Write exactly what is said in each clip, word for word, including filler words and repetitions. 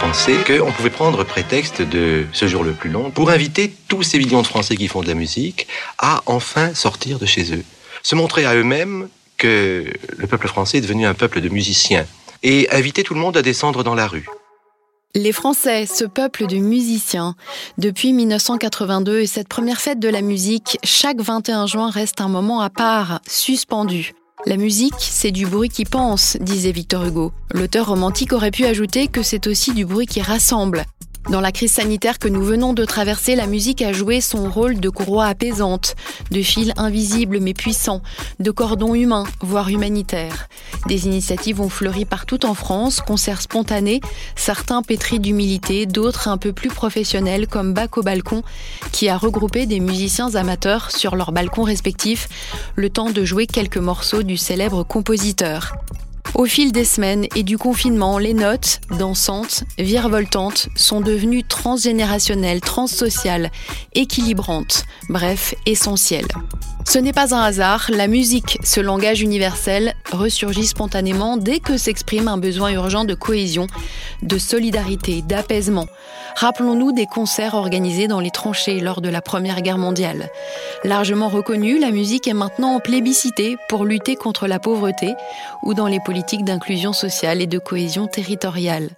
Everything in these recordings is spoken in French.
pensé qu'on pouvait prendre prétexte de ce jour le plus long pour inviter tous ces millions de Français qui font de la musique à enfin sortir de chez eux. Se montrer à eux-mêmes que le peuple français est devenu un peuple de musiciens et inviter tout le monde à descendre dans la rue. Les Français, ce peuple de musiciens. Depuis mille neuf cent quatre-vingt-deux et cette première fête de la musique, chaque vingt et un juin reste un moment à part, suspendu. La musique, c'est du bruit qui pense, disait Victor Hugo. L'auteur romantique aurait pu ajouter que c'est aussi du bruit qui rassemble. Dans la crise sanitaire que nous venons de traverser, la musique a joué son rôle de courroie apaisante, de fil invisible mais puissant, de cordon humain, voire humanitaire. Des initiatives ont fleuri partout en France, concerts spontanés, certains pétris d'humilité, d'autres un peu plus professionnels comme Bac au balcon, qui a regroupé des musiciens amateurs sur leurs balcons respectifs, le temps de jouer quelques morceaux du célèbre compositeur. Au fil des semaines et du confinement, les notes, dansantes, virevoltantes, sont devenues transgénérationnelles, transsociales, équilibrantes, bref, essentielles. Ce n'est pas un hasard, la musique, ce langage universel, ressurgit spontanément dès que s'exprime un besoin urgent de cohésion, de solidarité, d'apaisement. Rappelons-nous des concerts organisés dans les tranchées lors de la Première Guerre mondiale. Largement reconnue, la musique est maintenant plébiscitée pour lutter contre la pauvreté ou dans les politiques d'inclusion sociale et de cohésion territoriale.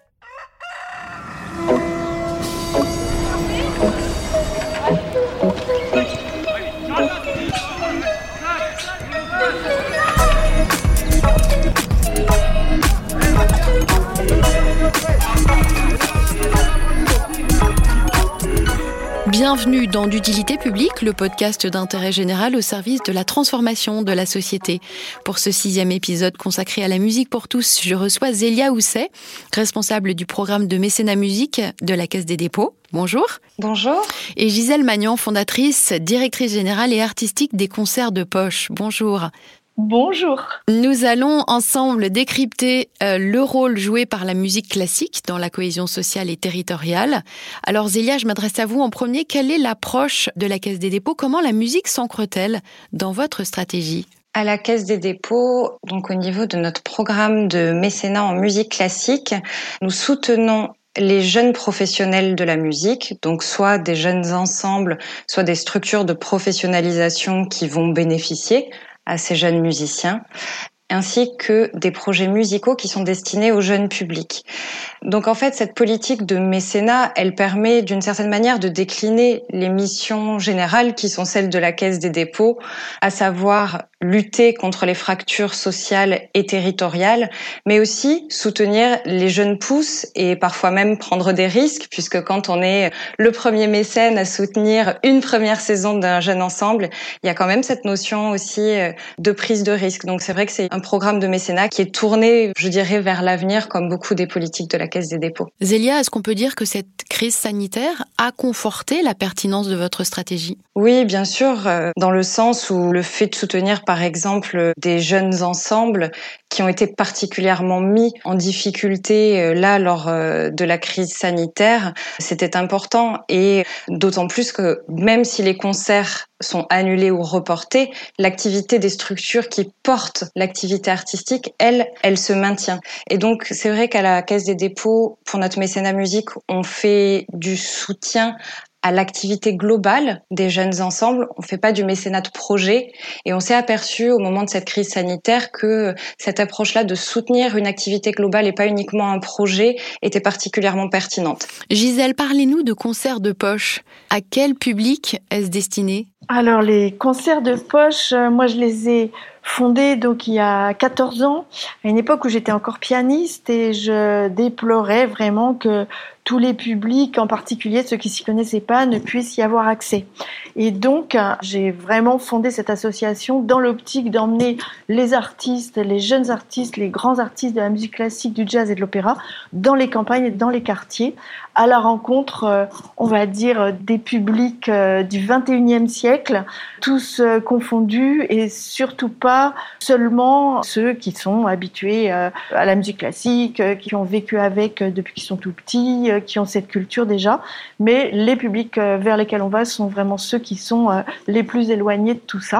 Bienvenue dans d'utilité publique, le podcast d'intérêt général au service de la transformation de la société. Pour ce sixième épisode consacré à la musique pour tous, je reçois Zélia Housset, responsable du programme de mécénat musique de la Caisse des dépôts. Bonjour. Bonjour. Et Gisèle Magnan, fondatrice, directrice générale et artistique des concerts de poche. Bonjour. Bonjour. Nous allons ensemble décrypter euh, le rôle joué par la musique classique dans la cohésion sociale et territoriale. Alors Zélia, je m'adresse à vous en premier. Quelle est l'approche de la Caisse des dépôts ? Comment la musique s'ancre-t-elle dans votre stratégie ? À la Caisse des dépôts, donc au niveau de notre programme de mécénat en musique classique, nous soutenons les jeunes professionnels de la musique, donc soit des jeunes ensembles, soit des structures de professionnalisation qui vont bénéficier à ces jeunes musiciens, ainsi que des projets musicaux qui sont destinés au jeune public. Donc en fait, cette politique de mécénat, elle permet d'une certaine manière de décliner les missions générales qui sont celles de la Caisse des dépôts, à savoir lutter contre les fractures sociales et territoriales, mais aussi soutenir les jeunes pousses et parfois même prendre des risques, puisque quand on est le premier mécène à soutenir une première saison d'un jeune ensemble, il y a quand même cette notion aussi de prise de risque. Donc c'est vrai que c'est un programme de mécénat qui est tourné, je dirais, vers l'avenir, comme beaucoup des politiques de la Caisse des dépôts. Zélia, est-ce qu'on peut dire que cette crise sanitaire a conforté la pertinence de votre stratégie ? Oui, bien sûr, dans le sens où le fait de soutenir, par exemple, des jeunes ensembles qui ont été particulièrement mis en difficulté là lors de la crise sanitaire, c'était important, et d'autant plus que même si les concerts sont annulés ou reportés, l'activité des structures qui portent l'activité artistique, elle, elle se maintient. Et donc, c'est vrai qu'à la Caisse des dépôts, pour notre mécénat musique, on fait du soutien à l'activité globale des jeunes ensembles. On ne fait pas du mécénat de projet, et on s'est aperçu au moment de cette crise sanitaire que cette approche-là de soutenir une activité globale et pas uniquement un projet était particulièrement pertinente. Gisèle, parlez-nous de concerts de poche. À quel public est-ce destiné ? Alors les concerts de poche, moi je les ai fondés donc il y a quatorze ans, à une époque où j'étais encore pianiste, et je déplorais vraiment que tous les publics, en particulier ceux qui s'y connaissaient pas, ne puissent y avoir accès. Et donc, j'ai vraiment fondé cette association dans l'optique d'emmener les artistes, les jeunes artistes, les grands artistes de la musique classique, du jazz et de l'opéra dans les campagnes et dans les quartiers, à la rencontre, on va dire, des publics du vingt et unième siècle, tous confondus, et surtout pas seulement ceux qui sont habitués à la musique classique, qui ont vécu avec depuis qu'ils sont tout petits, qui ont cette culture déjà, mais les publics vers lesquels on va sont vraiment ceux qui sont les plus éloignés de tout ça.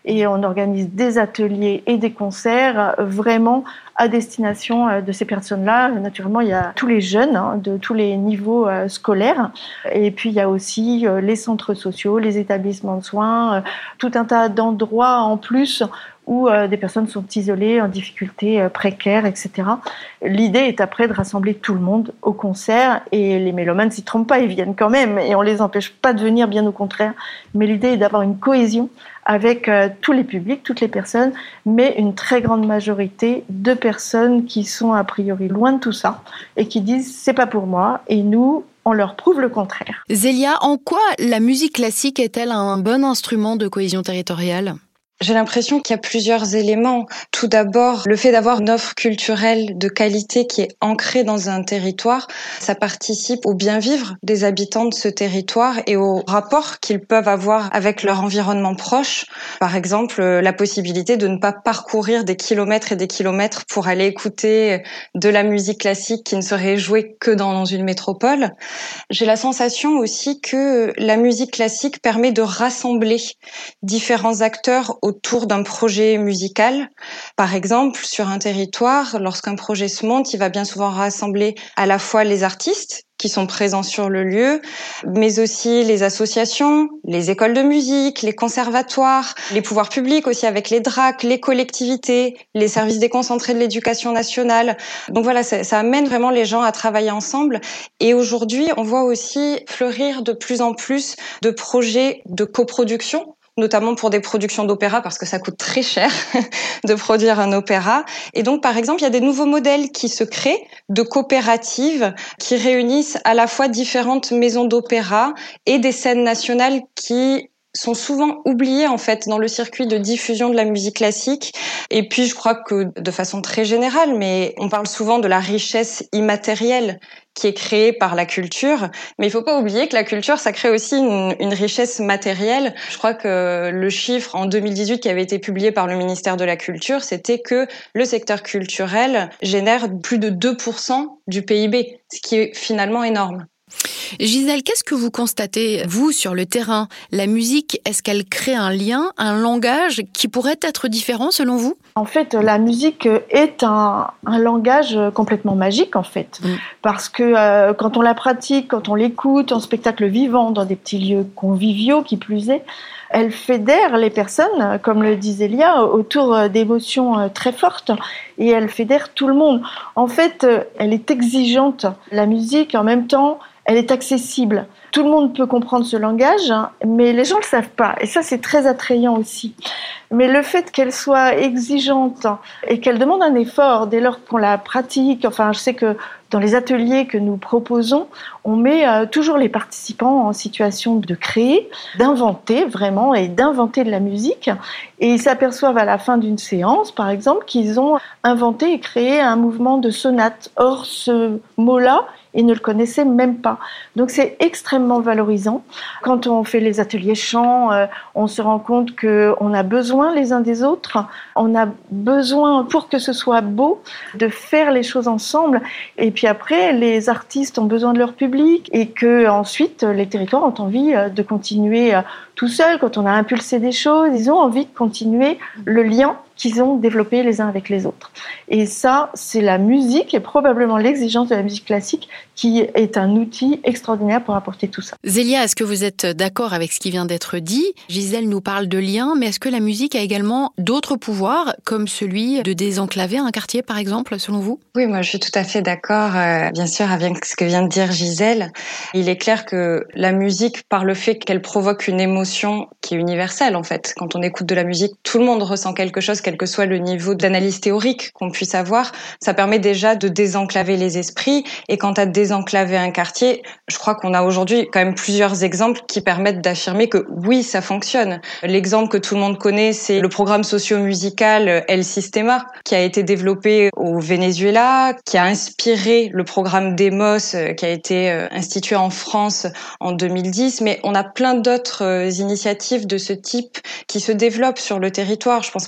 et on organise des ateliers et des concerts vraiment à destination de ces personnes-là. Naturellement, il y a tous les jeunes hein, de tous les niveaux euh, scolaires. Et puis, il y a aussi euh, les centres sociaux, les établissements de soins, euh, tout un tas d'endroits en plus où euh, des personnes sont isolées, en difficulté euh, précaires, et cetera. L'idée est après de rassembler tout le monde au concert et les mélomanes ne s'y trompent pas, ils viennent quand même et on les empêche pas de venir, bien au contraire. Mais l'idée est d'avoir une cohésion avec euh, tous les publics, toutes les personnes, mais une très grande majorité de personnes qui sont a priori loin de tout ça et qui disent c'est pas pour moi et nous on leur prouve le contraire. Zélia, en quoi la musique classique est-elle un bon instrument de cohésion territoriale ? J'ai l'impression qu'il y a plusieurs éléments. Tout d'abord, le fait d'avoir une offre culturelle de qualité qui est ancrée dans un territoire, ça participe au bien vivre des habitants de ce territoire et au rapport qu'ils peuvent avoir avec leur environnement proche. Par exemple, la possibilité de ne pas parcourir des kilomètres et des kilomètres pour aller écouter de la musique classique qui ne serait jouée que dans une métropole. J'ai la sensation aussi que la musique classique permet de rassembler différents acteurs autour d'un projet musical. Par exemple, sur un territoire, lorsqu'un projet se monte, il va bien souvent rassembler à la fois les artistes qui sont présents sur le lieu, mais aussi les associations, les écoles de musique, les conservatoires, les pouvoirs publics aussi avec les D R A C, les collectivités, les services déconcentrés de l'éducation nationale. Donc voilà, ça, ça amène vraiment les gens à travailler ensemble. Et aujourd'hui, on voit aussi fleurir de plus en plus de projets de coproduction, notamment pour des productions d'opéra, parce que ça coûte très cher de produire un opéra. Et donc, par exemple, il y a des nouveaux modèles qui se créent de coopératives qui réunissent à la fois différentes maisons d'opéra et des scènes nationales qui sont souvent oubliées en fait dans le circuit de diffusion de la musique classique. Et puis, je crois que de façon très générale, mais on parle souvent de la richesse immatérielle qui est créée par la culture. Mais il faut pas oublier que la culture, ça crée aussi une, une richesse matérielle. Je crois que le chiffre en deux mille dix-huit qui avait été publié par le ministère de la Culture, c'était que le secteur culturel génère plus de deux pour cent du P I B, ce qui est finalement énorme. Gisèle, qu'est-ce que vous constatez, vous, sur le terrain ? La musique, est-ce qu'elle crée un lien, un langage qui pourrait être différent selon vous ? En fait, la musique est un, un langage complètement magique, en fait. Mmh. Parce que euh, quand on la pratique, quand on l'écoute en spectacle vivant, dans des petits lieux conviviaux, qui plus est, elle fédère les personnes, comme le disait Zélia, autour d'émotions très fortes et elle fédère tout le monde. En fait, elle est exigeante. La musique, en même temps, elle est accessible. Tout le monde peut comprendre ce langage, mais les gens ne le savent pas. Et ça, c'est très attrayant aussi. Mais le fait qu'elle soit exigeante et qu'elle demande un effort dès lors qu'on la pratique, enfin, je sais que dans les ateliers que nous proposons, on met euh, toujours les participants en situation de créer, d'inventer vraiment et d'inventer de la musique. Et ils s'aperçoivent à la fin d'une séance, par exemple, qu'ils ont inventé et créé un mouvement de sonate. Or, ce mot-là, ils ne le connaissaient même pas. Donc c'est extrêmement valorisant. Quand on fait les ateliers chant, euh, on se rend compte qu'on a besoin les uns des autres. On a besoin, pour que ce soit beau, de faire les choses ensemble. Et puis après, les artistes ont besoin de leur public et que ensuite les territoires ont envie de continuer tout seuls. Quand on a impulsé des choses, ils ont envie de continuer le lien qu'ils ont développé les uns avec les autres. Et ça, c'est la musique et probablement l'exigence de la musique classique qui est un outil extraordinaire pour apporter tout ça. Zélia, est-ce que vous êtes d'accord avec ce qui vient d'être dit ? Gisèle nous parle de liens, mais est-ce que la musique a également d'autres pouvoirs, comme celui de désenclaver un quartier, par exemple, selon vous ? Oui, moi je suis tout à fait d'accord, euh, bien sûr, avec ce que vient de dire Gisèle. Il est clair que la musique, par le fait qu'elle provoque une émotion qui est universelle, en fait. Quand on écoute de la musique, tout le monde ressent quelque chose, quel que soit le niveau d'analyse théorique qu'on puisse avoir. Ça permet déjà de désenclaver les esprits. Et quant à désenclaver un quartier, je crois qu'on a aujourd'hui quand même plusieurs exemples qui permettent d'affirmer que oui, ça fonctionne. L'exemple que tout le monde connaît, c'est le programme socio-musical El Sistema, qui a été développé au Venezuela, qui a inspiré le programme Demos, qui a été institué en France en deux mille dix. Mais on a plein d'autres initiatives de ce type qui se développent sur le territoire. Je pense par exemple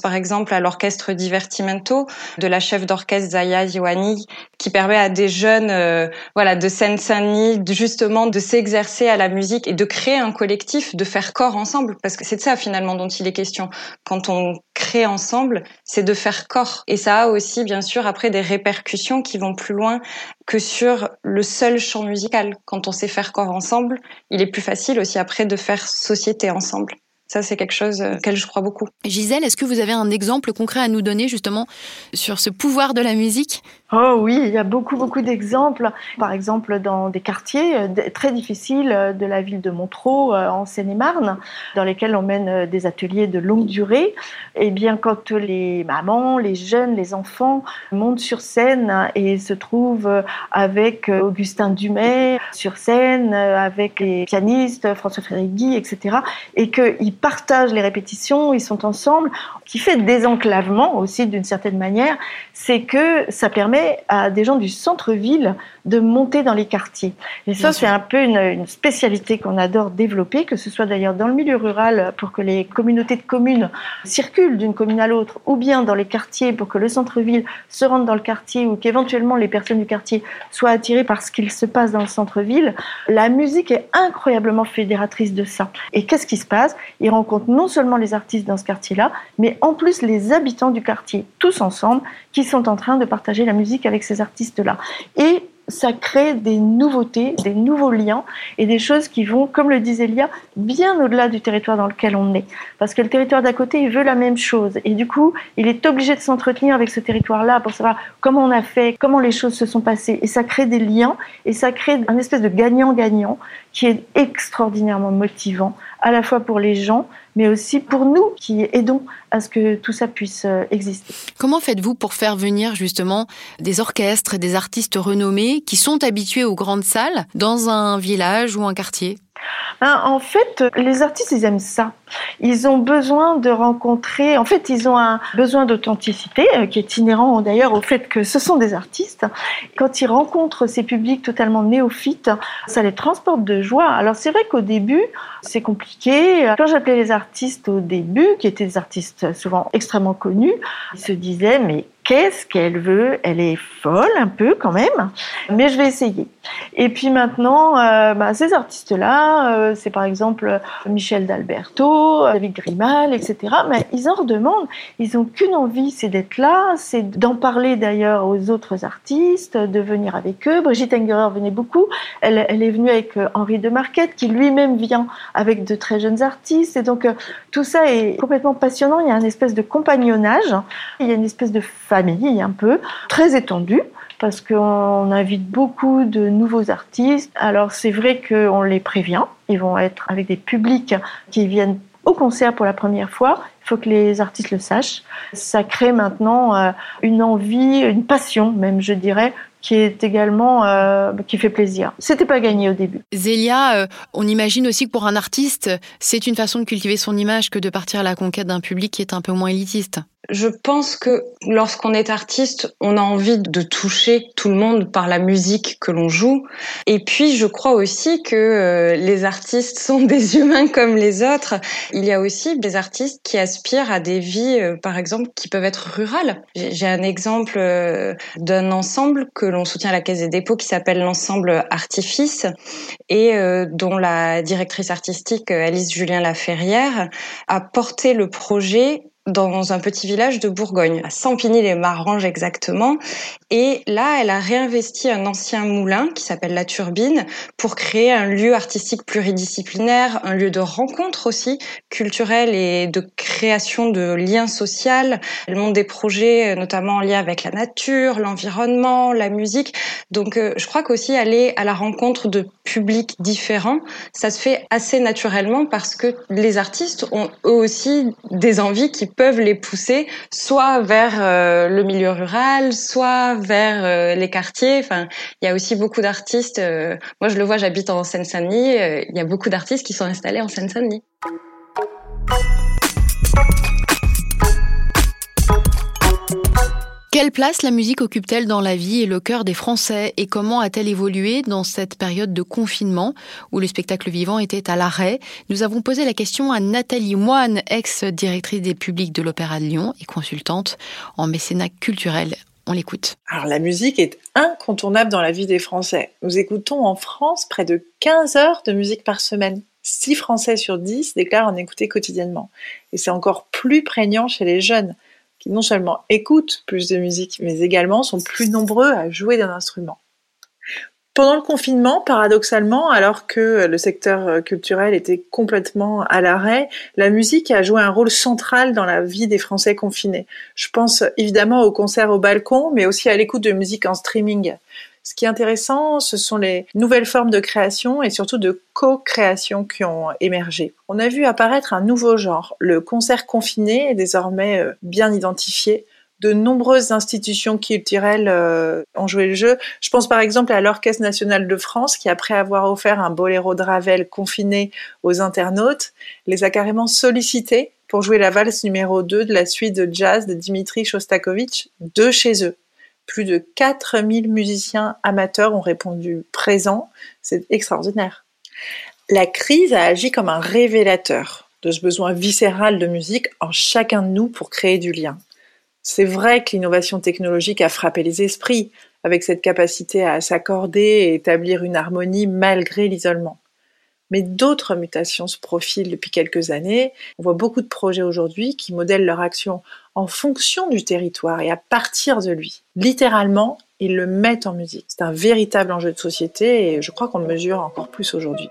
exemple à l'orchestre Divertimento de la chef d'orchestre Zaya Ioani, qui permet à des jeunes euh, voilà, de Seine-Saint-Denis de, justement de s'exercer à la musique et de créer un collectif, de faire corps ensemble, parce que c'est de ça finalement dont il est question. Quand on crée ensemble, c'est de faire corps. Et ça a aussi bien sûr après des répercussions qui vont plus loin que sur le seul champ musical. Quand on sait faire corps ensemble, il est plus facile aussi après de faire société ensemble. Ça, c'est quelque chose auquel je crois beaucoup. Gisèle, est-ce que vous avez un exemple concret à nous donner justement sur ce pouvoir de la musique ? Oh oui, il y a beaucoup, beaucoup d'exemples. Par exemple, dans des quartiers très difficiles de la ville de Montereau, en Seine-et-Marne, dans lesquels on mène des ateliers de longue durée, eh bien, quand les mamans, les jeunes, les enfants montent sur scène et se trouvent avec Augustin Dumay sur scène, avec les pianistes, François-Frédéric Guy, et cetera, et qu'ils partagent les répétitions, ils sont ensemble, ce qui fait désenclavement aussi d'une certaine manière, c'est que ça permet à des gens du centre-ville de monter dans les quartiers. Et ça, c'est un peu une, une spécialité qu'on adore développer, que ce soit d'ailleurs dans le milieu rural pour que les communautés de communes circulent d'une commune à l'autre, ou bien dans les quartiers pour que le centre-ville se rende dans le quartier, ou qu'éventuellement les personnes du quartier soient attirées par ce qu'il se passe dans le centre-ville. La musique est incroyablement fédératrice de ça. Et qu'est-ce qui se passe ? Ils rencontrent non seulement les artistes dans ce quartier-là, mais en plus les habitants du quartier, tous ensemble, qui sont en train de partager la musique avec ces artistes-là. Et ça crée des nouveautés, des nouveaux liens et des choses qui vont, comme le disait Lia, bien au-delà du territoire dans lequel on est. Parce que le territoire d'à côté, il veut la même chose. Et du coup, il est obligé de s'entretenir avec ce territoire-là pour savoir comment on a fait, comment les choses se sont passées. Et ça crée des liens et ça crée un espèce de gagnant-gagnant qui est extraordinairement motivant, à la fois pour les gens, mais aussi pour nous qui aidons à ce que tout ça puisse exister. Comment faites-vous pour faire venir justement des orchestres, des artistes renommés qui sont habitués aux grandes salles dans un village ou un quartier ? En fait, les artistes, ils aiment ça. Ils ont besoin de rencontrer... En fait, ils ont un besoin d'authenticité qui est inhérent d'ailleurs au fait que ce sont des artistes. Quand ils rencontrent ces publics totalement néophytes, ça les transporte de joie. Alors, c'est vrai qu'au début, c'est compliqué. Quand j'appelais les artistes au début, qui étaient des artistes souvent extrêmement connus, ils se disaient « mais qu'est-ce qu'elle veut ? Elle est folle un peu quand même, mais je vais essayer. » Et puis maintenant, euh, bah, ces artistes-là, euh, c'est par exemple Michel d'Alberto, David Grimal, et cetera. Mais ils en redemandent. Ils n'ont qu'une envie, c'est d'être là, c'est d'en parler d'ailleurs aux autres artistes, de venir avec eux. Brigitte Engerer venait beaucoup. Elle, elle est venue avec Henri de Marquette, qui lui-même vient avec de très jeunes artistes. Et donc, euh, tout ça est complètement passionnant. Il y a une espèce de compagnonnage. Il y a une espèce de famille un peu, très étendue, parce qu'on invite beaucoup de nouveaux artistes. Alors c'est vrai qu'on les prévient, ils vont être avec des publics qui viennent au concert pour la première fois. Il faut que les artistes le sachent. Ça crée maintenant euh, une envie, une passion même, je dirais, qui est également euh, qui fait plaisir. C'était pas gagné au début. Zélia, euh, on imagine aussi que pour un artiste, c'est une façon de cultiver son image que de partir à la conquête d'un public qui est un peu moins élitiste. Je pense que lorsqu'on est artiste, on a envie de toucher tout le monde par la musique que l'on joue. Et puis, je crois aussi que euh, les artistes sont des humains comme les autres. Il y a aussi des artistes qui aspirent à des vies, euh, par exemple, qui peuvent être rurales. J'ai, j'ai un exemple euh, d'un ensemble que l'on soutient à la Caisse des dépôts qui s'appelle l'ensemble Artifice et euh, dont la directrice artistique, Alice Julien-Laferrière, a porté le projet dans un petit village de Bourgogne, à Sampigny-les-Maranges exactement. Et là, elle a réinvesti un ancien moulin qui s'appelle La Turbine pour créer un lieu artistique pluridisciplinaire, un lieu de rencontre aussi culturelle et de création de liens sociaux. Elle monte des projets notamment en lien avec la nature, l'environnement, la musique. Donc, euh, je crois qu'aussi aller à la rencontre de publics différents, ça se fait assez naturellement parce que les artistes ont eux aussi des envies qui peuvent les pousser soit vers euh, le milieu rural, soit vers euh, les quartiers. Enfin, il y a aussi beaucoup d'artistes. Euh, moi, je le vois, j'habite en Seine-Saint-Denis. Euh, il y a beaucoup d'artistes qui sont installés en Seine-Saint-Denis. Quelle place la musique occupe-t-elle dans la vie et le cœur des Français et comment a-t-elle évolué dans cette période de confinement où le spectacle vivant était à l'arrêt? Nous avons posé la question à Nathalie Moine, ex-directrice des publics de l'Opéra de Lyon et consultante en mécénat culturel. On l'écoute. Alors la musique est incontournable dans la vie des Français. Nous écoutons en France près de quinze heures de musique par semaine. six Français sur dix déclarent en écouter quotidiennement. Et c'est encore plus prégnant chez les jeunes, qui non seulement écoutent plus de musique, mais également sont plus nombreux à jouer d'un instrument. Pendant le confinement, paradoxalement, alors que le secteur culturel était complètement à l'arrêt, la musique a joué un rôle central dans la vie des Français confinés. Je pense évidemment aux concerts au balcon, mais aussi à l'écoute de musique en streaming. Ce qui est intéressant, ce sont les nouvelles formes de création et surtout de co-création qui ont émergé. On a vu apparaître un nouveau genre. Le concert confiné est désormais bien identifié. De nombreuses institutions culturelles euh, ont joué le jeu. Je pense par exemple à l'Orchestre national de France qui, après avoir offert un boléro de Ravel confiné aux internautes, les a carrément sollicités pour jouer la valse numéro deux de la suite de jazz de Dimitri Shostakovich de chez eux. Plus de quatre mille musiciens amateurs ont répondu présents. C'est extraordinaire. La crise a agi comme un révélateur de ce besoin viscéral de musique en chacun de nous pour créer du lien. C'est vrai que l'innovation technologique a frappé les esprits, avec cette capacité à s'accorder et établir une harmonie malgré l'isolement. Mais d'autres mutations se profilent depuis quelques années. On voit beaucoup de projets aujourd'hui qui modèlent leur action en fonction du territoire et à partir de lui. Littéralement, ils le mettent en musique. C'est un véritable enjeu de société et je crois qu'on le mesure encore plus aujourd'hui.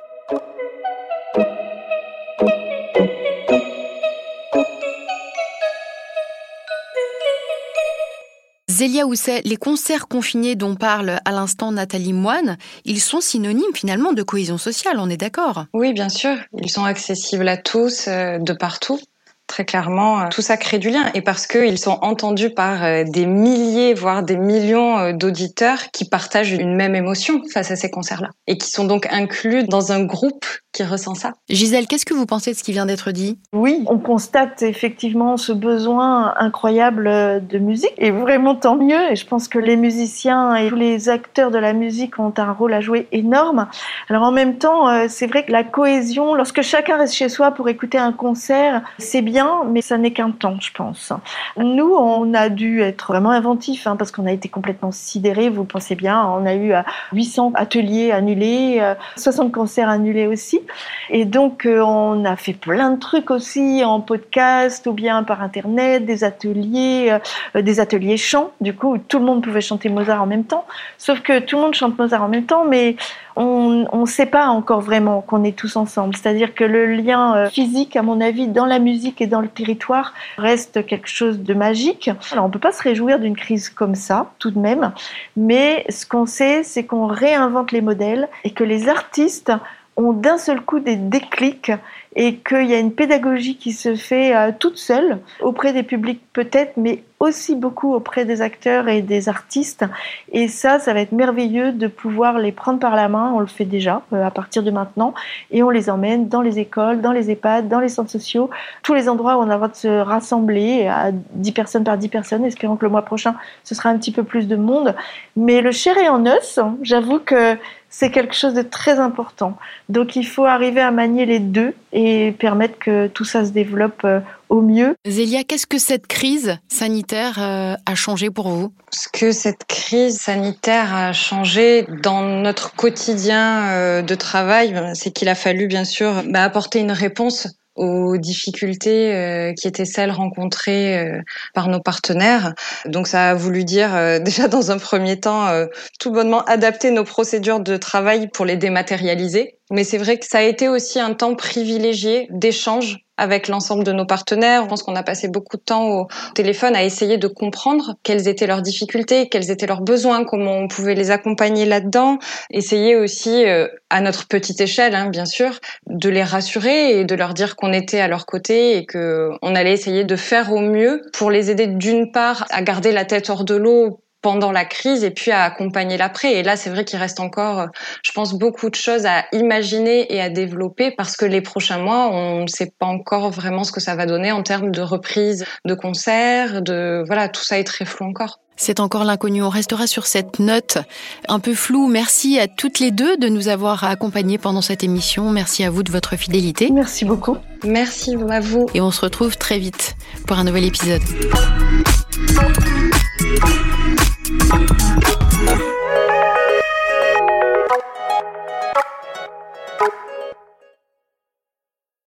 Zélia Housset, les concerts confinés dont parle à l'instant Nathalie Moine, ils sont synonymes finalement de cohésion sociale, on est d'accord? Oui, bien sûr. Ils sont accessibles à tous, euh, de partout. Très clairement, tout ça crée du lien. Et parce qu'ils sont entendus par des milliers, voire des millions d'auditeurs qui partagent une même émotion face à ces concerts-là. Et qui sont donc inclus dans un groupe qui ressent ça. Gisèle, qu'est-ce que vous pensez de ce qui vient d'être dit? Oui, on constate effectivement ce besoin incroyable de musique. Et vraiment tant mieux. Et je pense que les musiciens et tous les acteurs de la musique ont un rôle à jouer énorme. Alors en même temps, c'est vrai que la cohésion, lorsque chacun reste chez soi pour écouter un concert, c'est bien. Mais ça n'est qu'un temps, je pense. Nous, on a dû être vraiment inventifs, hein, parce qu'on a été complètement sidérés, vous le pensez bien. On a eu huit cents ateliers annulés, soixante concerts annulés aussi. Et donc, on a fait plein de trucs aussi en podcast ou bien par Internet, des ateliers, des ateliers chant, du coup, où tout le monde pouvait chanter Mozart en même temps. Sauf que tout le monde chante Mozart en même temps, mais on ne sait pas encore vraiment qu'on est tous ensemble. C'est-à-dire que le lien physique, à mon avis, dans la musique et dans le territoire, reste quelque chose de magique. Alors, on ne peut pas se réjouir d'une crise comme ça, tout de même, mais ce qu'on sait, c'est qu'on réinvente les modèles et que les artistes ont d'un seul coup des déclics et qu'il y a une pédagogie qui se fait euh, toute seule, auprès des publics peut-être, mais aussi beaucoup auprès des acteurs et des artistes. Et ça, ça va être merveilleux de pouvoir les prendre par la main, on le fait déjà euh, à partir de maintenant, et on les emmène dans les écoles, dans les EHPAD, dans les centres sociaux, tous les endroits où on a le droit de se rassembler à dix personnes par dix personnes, espérons que le mois prochain, ce sera un petit peu plus de monde. Mais le chair et en os, j'avoue que c'est quelque chose de très important. Donc il faut arriver à manier les deux et permettre que tout ça se développe euh, au mieux. Zélia, qu'est-ce que cette crise sanitaire euh, a changé pour vous? Ce que cette crise sanitaire a changé dans notre quotidien euh, de travail, c'est qu'il a fallu bien sûr bah, apporter une réponse aux difficultés euh, qui étaient celles rencontrées euh, par nos partenaires. Donc ça a voulu dire euh, déjà dans un premier temps euh, tout bonnement adapter nos procédures de travail pour les dématérialiser. Mais c'est vrai que ça a été aussi un temps privilégié d'échange avec l'ensemble de nos partenaires. Je pense qu'on a passé beaucoup de temps au téléphone à essayer de comprendre quelles étaient leurs difficultés, quels étaient leurs besoins, comment on pouvait les accompagner là-dedans. Essayer aussi, euh, à notre petite échelle, hein, bien sûr, de les rassurer et de leur dire qu'on était à leur côté et que on allait essayer de faire au mieux pour les aider d'une part à garder la tête hors de l'eau pendant la crise et puis à accompagner l'après. Et là, c'est vrai qu'il reste encore, je pense, beaucoup de choses à imaginer et à développer parce que les prochains mois, on ne sait pas encore vraiment ce que ça va donner en termes de reprise de concerts, de voilà, tout ça est très flou encore. C'est encore l'inconnu. On restera sur cette note un peu floue. Merci à toutes les deux de nous avoir accompagnés pendant cette émission. Merci à vous de votre fidélité. Merci beaucoup. Merci à vous. Et on se retrouve très vite pour un nouvel épisode.